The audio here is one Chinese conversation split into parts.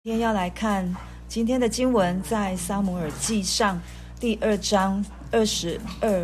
今天要来看今天的经文，在撒母耳记上第2章22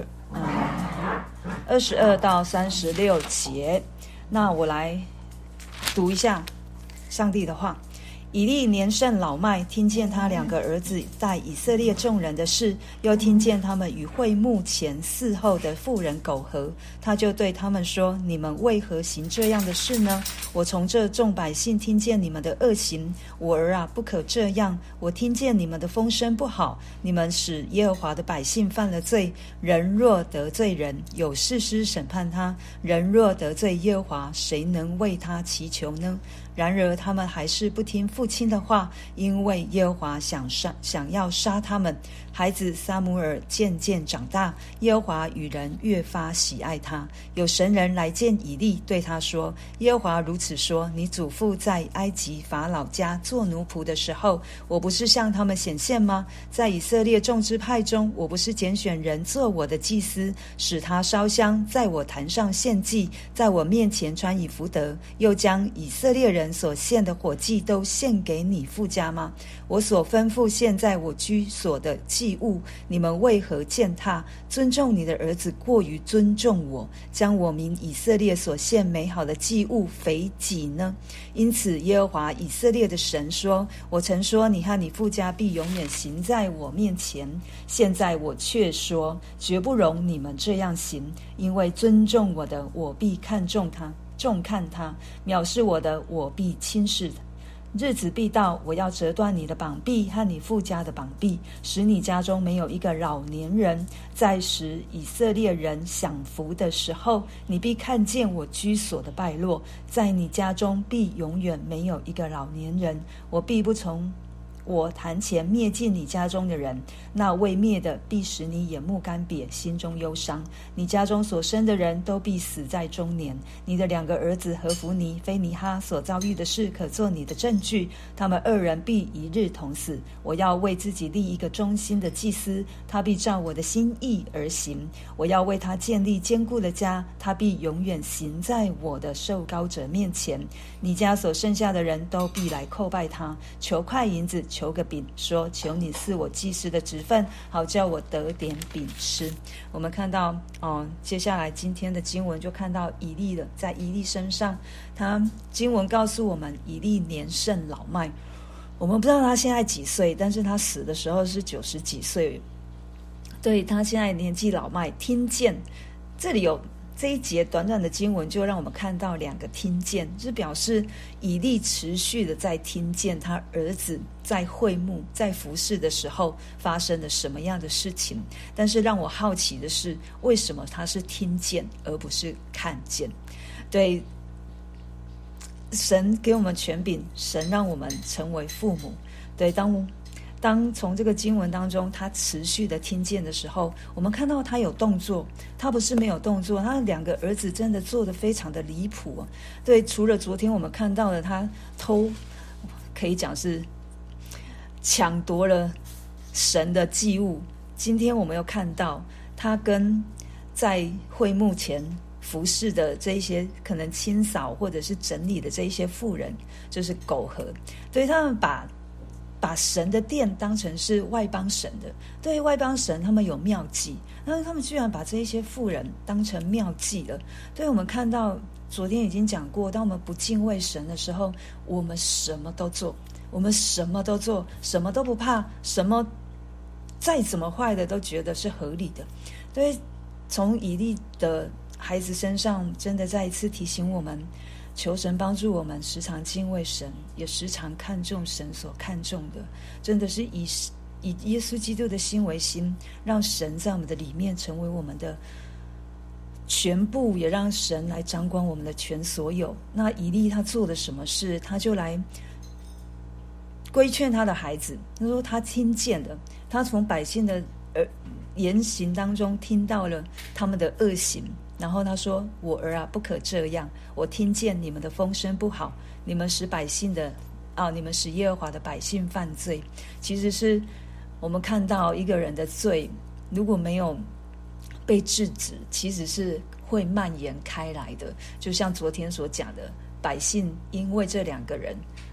到36节。那我来读一下上帝的话。以利年甚老迈，听见他2个儿子带以色列众人的事，又听见他们与会幕前伺候的妇人苟合，他就对他们说：你们为何行这样的事呢？我从这众百姓听见你们的恶行，我儿啊，不可这样。我听见你们的风声不好，你们使耶和华的百姓犯了罪。人若得罪人，有士师审判他；人若得罪耶和华，谁能为他祈求呢？然而他们还是不听父亲的话，因为耶和华想要杀他们。孩子撒母耳渐渐长大，耶和华与人越发喜爱他。有神人来见以利，对他说：耶和华如此说，你祖父在埃及法老家做奴仆的时候，我不是向他们显现吗？在以色列众支派中，我不是拣选人做我的祭司，使他烧香，在我坛上献祭，在我面前穿以弗得，又将以色列人所献的火祭都献给你父家吗？我所吩咐献在我居所的祭物，你们为何践踏？尊重你的儿子过于尊重我，将我民以色列所献美好的祭物肥己呢？因此耶和华以色列的神说：我曾说你和你父家必永远行在我面前，现在我却说绝不容你们这样行，因为尊重我的，我必看重他；重看他，藐视我的，我必轻视他。日子必到，我要折断你的膀臂和你父家的膀臂，使你家中没有一个老年人。在使以色列人享福的时候，你必看见我居所的败落，在你家中必永远没有一个老年人。我必不从我坛前灭尽你家中的人，那未灭的必使你眼目干瘪，心中忧伤。你家中所生的人都必死在中年。你的2个儿子何弗尼、非尼哈所遭遇的事，可做你的证据。他们2人必一日同死。我要为自己立一个忠心的祭司，他必照我的心意而行。我要为他建立坚固的家，他必永远行在我的受膏者面前。你家所剩下的人都必来叩拜他，求块银子，求个饼，说：求你赐我祭司的职分，好叫我得点饼吃。我们看到接下来今天的经文就看到以利了。在以利身上，他经文告诉我们，以利年甚老迈。我们不知道他现在几岁，但是他死的时候是90几岁。对，他现在年纪老迈，听见这里有这一节短短的经文，就让我们看到2个听见，是表示以利持续的在听见他儿子在会幕在服侍的时候发生了什么样的事情。但是让我好奇的是，为什么他是听见而不是看见？对，神给我们权柄，神让我们成为父母。对，当从这个经文当中他持续的听见的时候，我们看到他有动作，他不是没有动作，他2个儿子真的做得非常的离谱。对，除了昨天我们看到的他可以讲是抢夺了神的祭物，今天我们又看到他跟在会幕前服侍的这一些可能清扫或者是整理的这一些妇人就是苟合。对，他们把神的殿当成是外邦神的。对，外邦神他们有庙妓，但是他们居然把这一些妇人当成庙妓了。对，我们看到昨天已经讲过，当我们不敬畏神的时候，我们什么都做，我们什么都做，什么都不怕，什么再怎么坏的都觉得是合理的。对，从以利的孩子身上真的再一次提醒我们，求神帮助我们时常敬畏神，也时常看重神所看重的，真的是以耶稣基督的心为心，让神在我们的里面成为我们的全部，也让神来掌管我们的全所有。那以利他做了什么事？他就来规劝他的孩子。他说他听见了，他从百姓的言行当中听到了他们的恶行，然后他说：我儿啊，不可这样。我听见你们的风声不好，你们使耶和华的百姓犯罪。其实是我们看到一个人的罪，如果没有被制止，其实是会蔓延开来的。就像昨天所讲的，百姓因为这2个人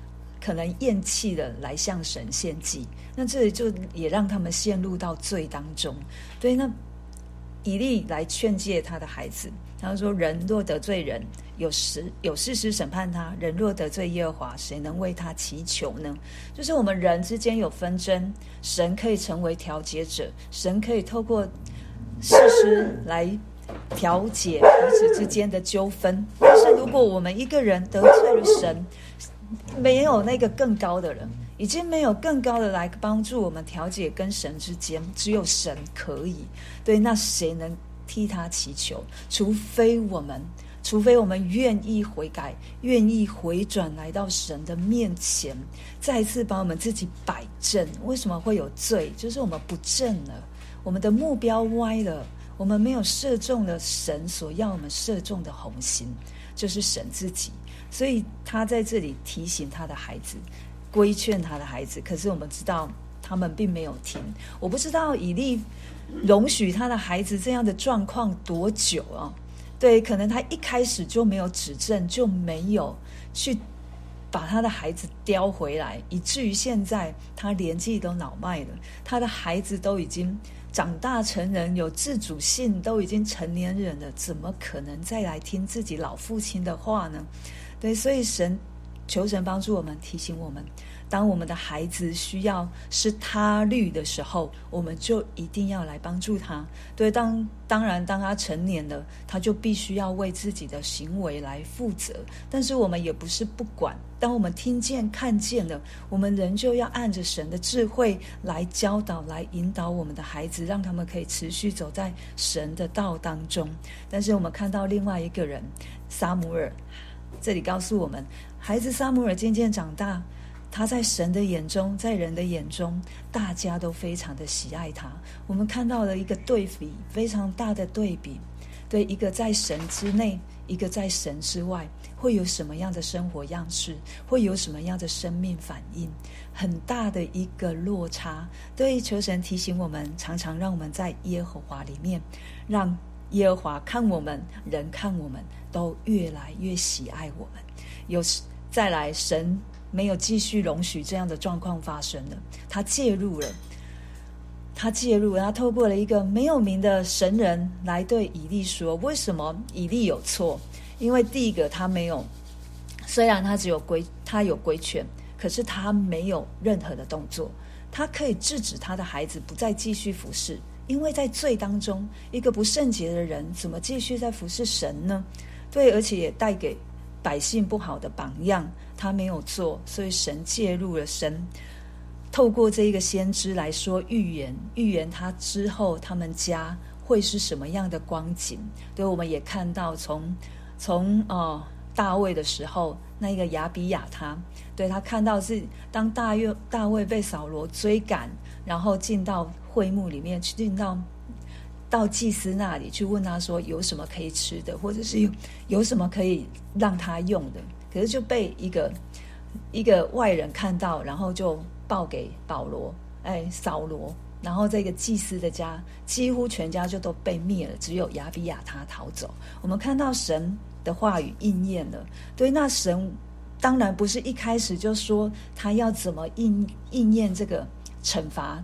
可能厌弃的来向神献祭，那这就也让他们陷入到罪当中。对，那以利来劝诫他的孩子，他说：人若得罪人，有事实审判他；人若得罪耶和华，谁能为他祈求呢？就是我们人之间有纷争，神可以成为调解者，神可以透过事实来调解彼此之间的纠纷。但是如果我们一个人得罪了神，没有那个更高的人，已经没有更高的来帮助我们调解跟神之间，只有神可以。对，那谁能替他祈求？除非我们愿意悔改，愿意回转来到神的面前，再一次把我们自己摆正。为什么会有罪？就是我们不正了，我们的目标歪了，我们没有射中了神所要我们射中的红心，就是神自己。所以他在这里提醒他的孩子，规劝他的孩子，可是我们知道他们并没有听。我不知道以利容许他的孩子这样的状况多久啊？对，可能他一开始就没有指正，就没有去把他的孩子叼回来，以至于现在他年纪都老迈了，他的孩子都已经长大成人，有自主性，都已经成年人了，怎么可能再来听自己老父亲的话呢？对，所以求神帮助我们，提醒我们，当我们的孩子需要是他律的时候，我们就一定要来帮助他。对，当然当他成年了，他就必须要为自己的行为来负责，但是我们也不是不管，当我们听见看见了，我们仍旧要按着神的智慧来教导，来引导我们的孩子，让他们可以持续走在神的道当中。但是我们看到另外一个人撒母耳，这里告诉我们，孩子撒母耳渐渐长大，他在神的眼中，在人的眼中，大家都非常的喜爱他。我们看到了一个对比，非常大的对比。对，一个在神之内，一个在神之外，会有什么样的生活样式，会有什么样的生命反应，很大的一个落差。对，求神提醒我们，常常让我们在耶和华里面，让耶和华看我们，人看我们，都越来越喜爱我们。再来，神没有继续容许这样的状况发生了，他介入了，他透过了一个没有名的神人来对以利说，为什么以利有错？因为第一个，他没有，虽然他有规劝，可是他没有任何的动作，他可以制止他的孩子不再继续服侍，因为在罪当中，一个不圣洁的人怎么继续在服侍神呢？对，而且也带给百姓不好的榜样，他没有做，所以神介入了。神透过这一个先知来说预言他之后他们家会是什么样的光景。对，我们也看到从大卫的时候，那个亚比亚他，对，他看到是当大卫被扫罗追赶，然后进到会幕里面，进到祭司那里去问他说有什么可以吃的，或者是有什么可以让他用的，可是就被一个外人看到，然后就报给扫罗，然后这个祭司的家几乎全家就都被灭了，只有亚比亚他逃走。我们看到神的话语应验了。对，那神当然不是一开始就说他要怎么应验这个惩罚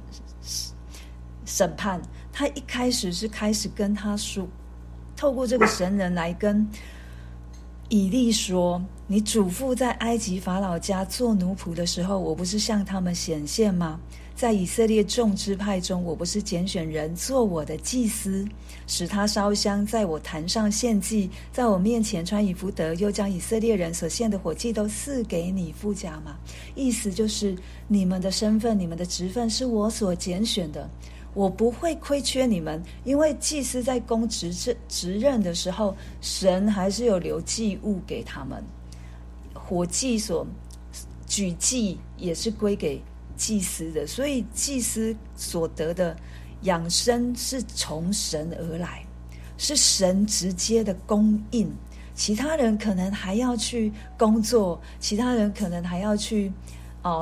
审判，他一开始是开始跟他说，透过这个神人来跟以利说，你祖父在埃及法老家做奴仆的时候，我不是向他们显现吗？在以色列众支派中，我不是拣选人做我的祭司，使他烧香，在我坛上献祭，在我面前穿以弗得，又将以色列人所献的火祭都赐给你父家吗？意思就是你们的身份，你们的职分是我所拣选的，我不会亏缺你们。因为祭司在公职任的时候，神还是有留祭物给他们，火祭所举祭也是归给祭司的，所以祭司所得的养生是从神而来，是神直接的供应。其他人可能还要去工作，其他人可能还要去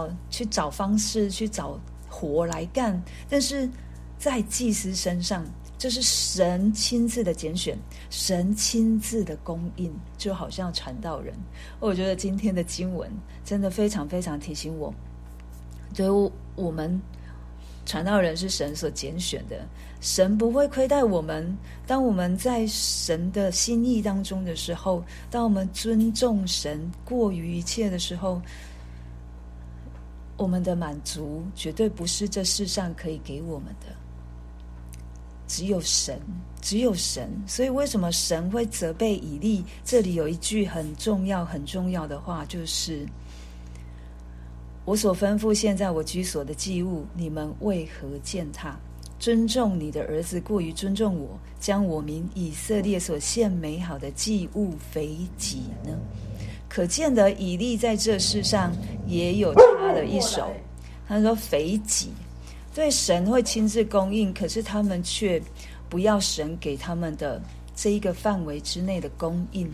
找方式，去找活来干，但是在祭司身上这是神亲自的拣选，神亲自的供应，就好像传道人。我觉得今天的经文真的非常非常提醒我，对我们传道人是神所拣选的，神不会亏待我们。当我们在神的心意当中的时候，当我们尊重神过于一切的时候，我们的满足绝对不是这世上可以给我们的，只有神，只有神。所以为什么神会责备以利？这里有一句很重要很重要的话，就是我所吩咐现在我居所的祭物，你们为何践踏？尊重你的儿子过于尊重我，将我民以色列所献美好的祭物肥己呢？可见的以利在这世上也有他的一手。他说肥己，对，神会亲自供应，可是他们却不要神给他们的这一个范围之内的供应。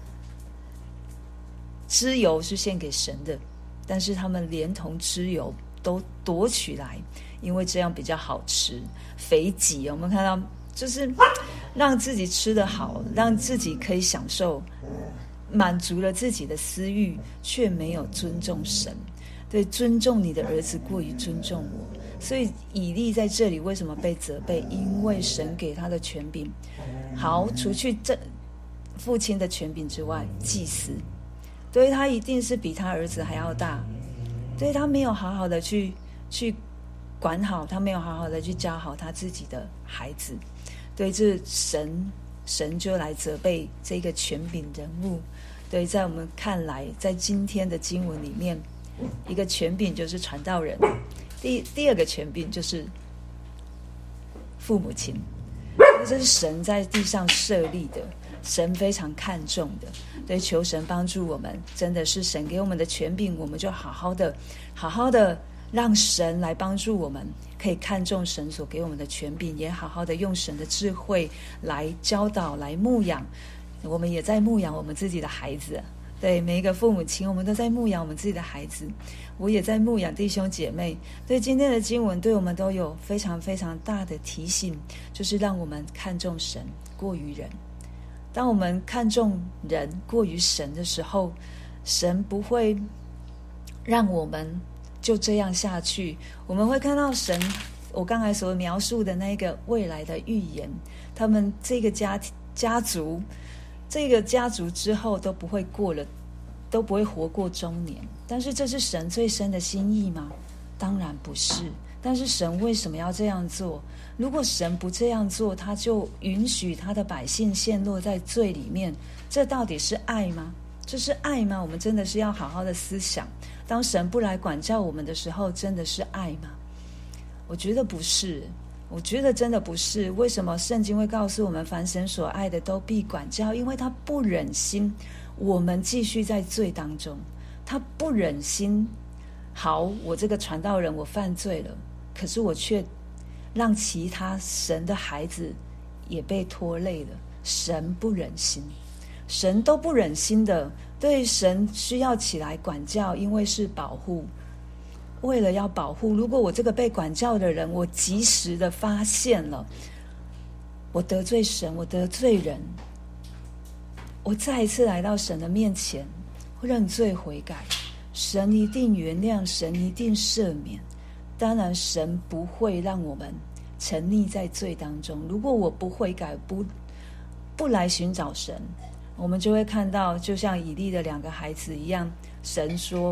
脂油是献给神的，但是他们连同脂油都夺取来，因为这样比较好吃。肥己，我们看到就是让自己吃得好，让自己可以享受，满足了自己的私欲，却没有尊重神。对，尊重你的儿子过于尊重我。所以以利在这里为什么被责备？因为神给他的权柄，好，除去这父亲的权柄之外，祭司，对，他一定是比他儿子还要大。对，他没有好好的去管好，他没有好好的去教好他自己的孩子。对，这神就来责备这个权柄人物。对，在我们看来，在今天的经文里面，一个权柄就是传道人，第二个权柄就是父母亲。这是神在地上设立的，神非常看重的。对，求神帮助我们，真的是神给我们的权柄，我们就好好的让神来帮助我们，可以看重神所给我们的权柄，也好好的用神的智慧来教导，来牧养。我们也在牧养我们自己的孩子。对，每一个父母亲，我们都在牧养我们自己的孩子。我也在牧养弟兄姐妹。对，今天的经文对我们都有非常非常大的提醒，就是让我们看重神过于人。当我们看重人过于神的时候，神不会让我们就这样下去。我们会看到神，我刚才所描述的那个未来的预言，他们这个家族之后都不会活过中年。但是这是神最深的心意吗？当然不是。但是神为什么要这样做？如果神不这样做，他就允许他的百姓陷落在罪里面，这到底是爱吗？这是爱吗？我们真的是要好好的思想。当神不来管教我们的时候，真的是爱吗？我觉得不是，我觉得真的不是。为什么圣经会告诉我们，凡神所爱的都必管教？因为他不忍心我们继续在罪当中，他不忍心。好，我这个传道人我犯罪了，可是我却让其他神的孩子也被拖累了。神不忍心，神都不忍心的。对，神需要起来管教，因为是保护，为了要保护。如果我这个被管教的人，我及时的发现了我得罪神，我得罪人，我再一次来到神的面前认罪悔改，神一定原谅，神一定赦免。当然神不会让我们沉溺在罪当中。如果我不悔改，不来寻找神，我们就会看到就像以利的两个孩子一样，神说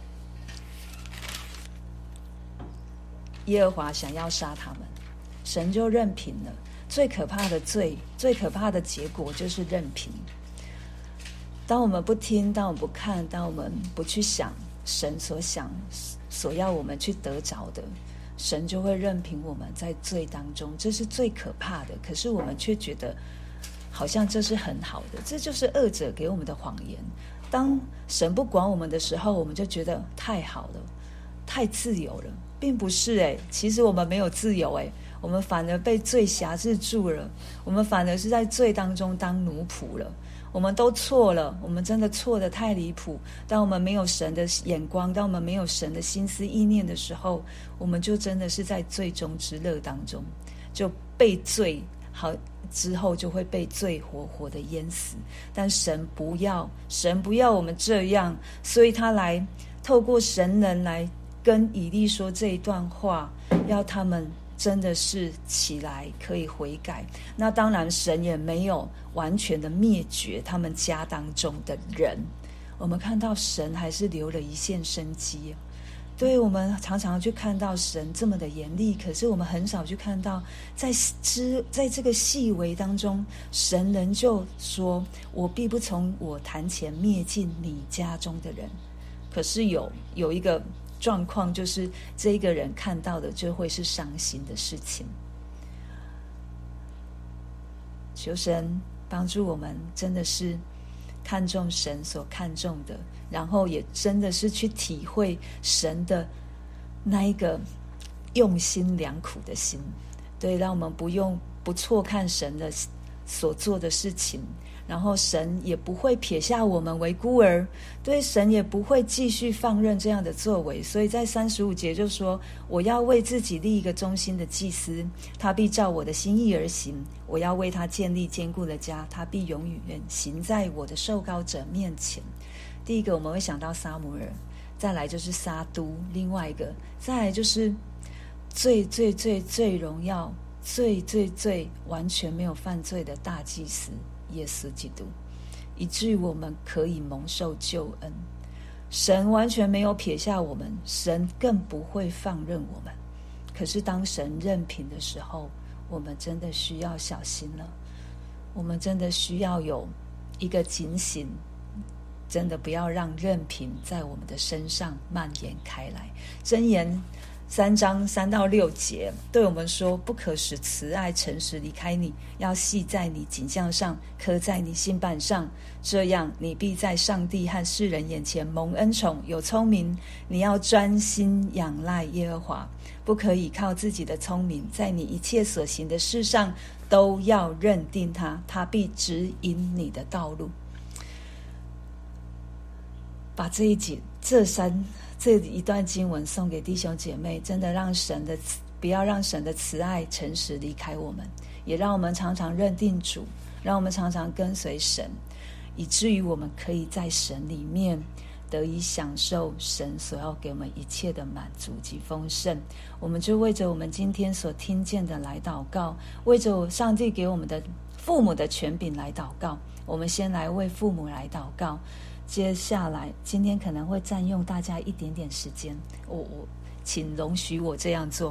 耶和华想要杀他们，神就任凭了。最可怕的罪，最可怕的结果就是任凭。当我们不听，当我们不看，当我们不去想神所要我们去得着的，神就会任凭我们在罪当中。这是最可怕的。可是我们却觉得好像这是很好的，这就是恶者给我们的谎言。当神不管我们的时候，我们就觉得太好了，太自由了。并不是其实我们没有自由我们反而被罪辖制住了，我们反而是在罪当中当奴仆了。我们都错了，我们真的错得太离谱。当我们没有神的眼光，当我们没有神的心思意念的时候，我们就真的是在罪中之乐当中，就被罪，好之后就会被罪活活的淹死。但神不要我们这样，所以他来透过神人来跟以利说这一段话，要他们真的是起来可以悔改。那当然神也没有完全的灭绝他们家当中的人，我们看到神还是留了一线生机。对，我们常常去看到神这么的严厉，可是我们很少去看到在这个细微当中，神仍旧说，我必不从我坛前灭尽你家中的人。可是有一个状况，就是这一个人看到的就会是伤心的事情。求神帮助我们，真的是看重神所看重的，然后也真的是去体会神的那一个用心良苦的心。对，让我们不错看神的所做的事情，然后神也不会撇下我们为孤儿，对，神也不会继续放任这样的作为。所以在35节就说，我要为自己立一个忠心的祭司，他必照我的心意而行，我要为他建立坚固的家，他必永远行在我的受膏者面前。第一个我们会想到撒母耳，再来就是撒督，另外一个再来就是最荣耀最完全没有犯罪的大祭司耶稣基督，以至于我们可以蒙受救恩。神完全没有撇下我们，神更不会放任我们。可是当神任凭的时候，我们真的需要小心了，我们真的需要有一个警醒，真的不要让任凭在我们的身上蔓延开来。箴言3章3到6节对我们说，不可使慈爱诚实离开你，要系在你颈项上，刻在你心板上，这样你必在上帝和世人眼前蒙恩宠，有聪明。你要专心仰赖耶和华，不可以靠自己的聪明，在你一切所行的事上都要认定他，他必指引你的道路。把这一段经文送给弟兄姐妹，真的不要让神的慈爱诚实离开我们，也让我们常常认定主，让我们常常跟随神，以至于我们可以在神里面得以享受神所要给我们一切的满足及丰盛。我们就为着我们今天所听见的来祷告，为着上帝给我们的父母的权柄来祷告。我们先来为父母来祷告，接下来今天可能会占用大家一点点时间，请容许我这样做。